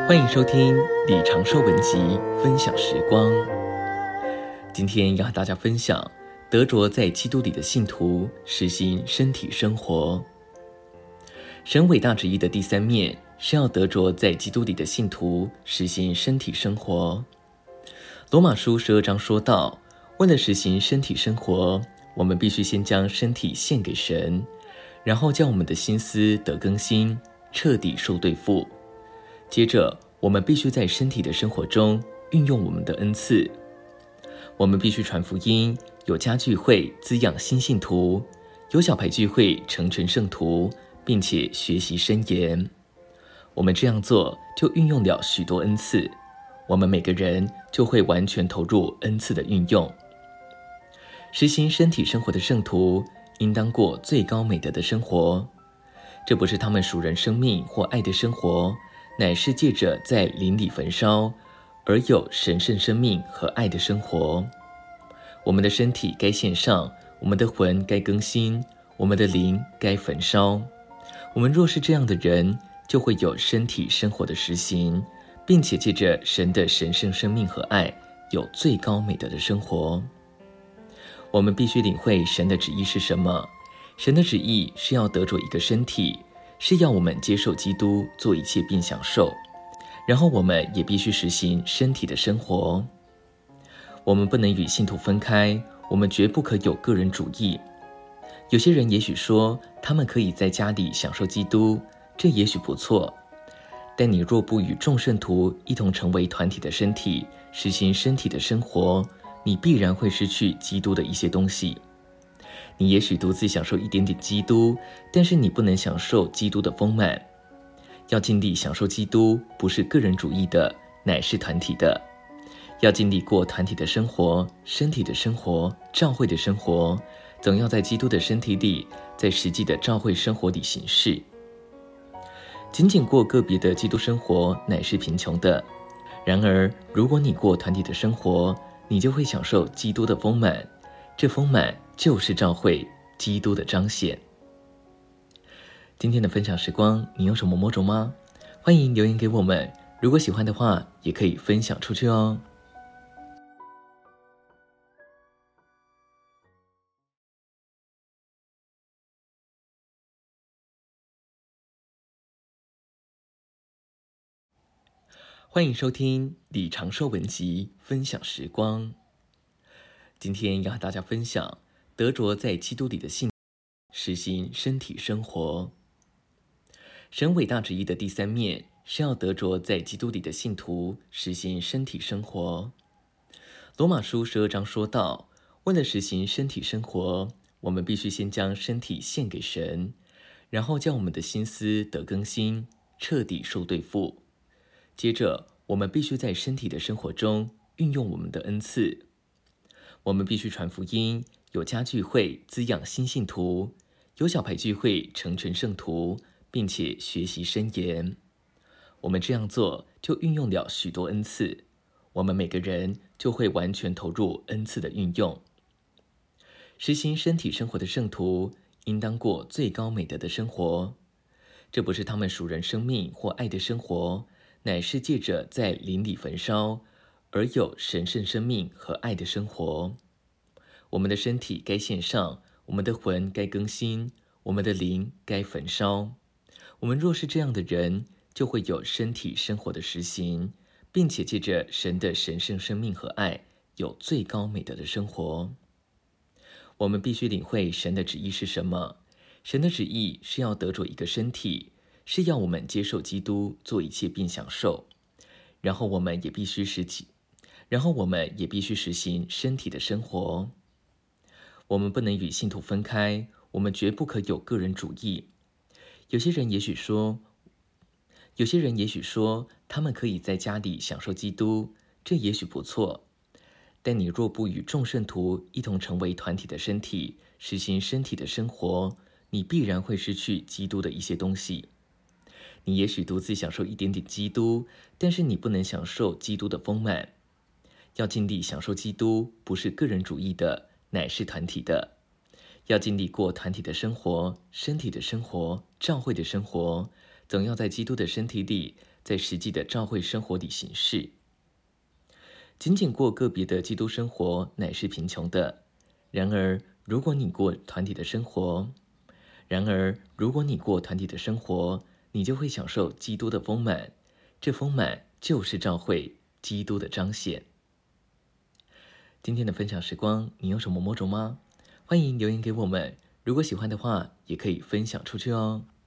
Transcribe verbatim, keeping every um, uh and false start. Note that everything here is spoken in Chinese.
欢迎收听李长寿文集分享时光。今天要和大家分享得着在基督里的信徒实行身体生活。神伟大旨意的第三面是要得着在基督里的信徒实行身体生活。罗马书十二章说到，为了实行身体生活，我们必须先将身体献给神，然后将我们的心思得更新，彻底受对付。接着我们必须在身体的生活中运用我们的恩赐。我们必须传福音，有家聚会滋养新信徒，有小牌聚会成全圣徒，并且学习箴言。我们这样做就运用了许多恩赐，我们每个人就会完全投入恩赐的运用。实行身体生活的圣徒应当过最高美德的生活，这不是他们属人生命或爱的生活，乃是借着在灵里焚烧而有神圣生命和爱的生活。我们的身体该献上，我们的魂该更新，我们的灵该焚烧。我们若是这样的人，就会有身体生活的实行，并且借着神的神圣生命和爱，有最高美德的生活。我们必须领会神的旨意是什么。神的旨意是要得着一个身体，是要我们接受基督，做一切并享受。然后我们也必须实行身体的生活。我们不能与信徒分开，我们绝不可有个人主义。有些人也许说，他们可以在家里享受基督，这也许不错。但你若不与众圣徒一同成为团体的身体，实行身体的生活，你必然会失去基督的一些东西。你也许独自享受一点点基督，但是你不能享受基督的丰满。要尽力享受基督，不是个人主义的，乃是团体的。要尽力过团体的生活，身体的生活，教会的生活，总要在基督的身体里，在实际的教会生活里行事。仅仅过个别的基督生活，乃是贫穷的。然而，如果你过团体的生活，你就会享受基督的丰满。这丰满就是教会基督的彰显。今天的分享时光，你有什么摸着吗？欢迎留言给我们，如果喜欢的话，也可以分享出去哦。欢迎收听李长寿文集分享时光。今天要和大家分享得着在基督里的信，实行身体生活。神伟大旨意的第三面是要得着在基督里的信徒实行身体生活。罗马书十二章说到，为了实行身体生活，我们必须先将身体献给神，然后将我们的心思得更新，彻底受对付。接着我们必须在身体的生活中运用我们的恩赐。我们必须传福音，有家聚会滋养新信徒，有小牌聚会成全圣徒，并且学习箴言。我们这样做就运用了许多恩赐，我们每个人就会完全投入恩赐的运用。实行身体生活的圣徒应当过最高美德的生活，这不是他们属人生命或爱的生活，乃是借着在灵里焚烧而有神圣生命和爱的生活。我们的身体该献上，我们的魂该更新，我们的灵该焚烧。我们若是这样的人，就会有身体生活的实行，并且借着神的神圣生命和爱，有最高美德的生活。我们必须领会神的旨意是什么。神的旨意是要得着一个身体，是要我们接受基督，做一切并享受。然后我们也必须实体，然后我们也必须实行身体的生活。我们不能与信徒分开，我们绝不可有个人主义。有些人也许说，有些人也许说，他们可以在家里享受基督，这也许不错。但你若不与众圣徒一同成为团体的身体，实行身体的生活，你必然会失去基督的一些东西。你也许独自享受一点点基督，但是你不能享受基督的丰满。要尽力享受基督，不是个人主义的，乃是团体的。要尽力过团体的生活，身体的生活，教会的生活，总要在基督的身体里， 在实际的教会生活里行事。仅仅过个别的基督生活乃是贫穷的。然而，如果你过团体的生活，然而，如果你过团体的生活，你就会享受基督的丰满。这丰满就是教会基督的彰显。今天的分享时光，你有什么摸着吗？欢迎留言给我们。如果喜欢的话，也可以分享出去哦。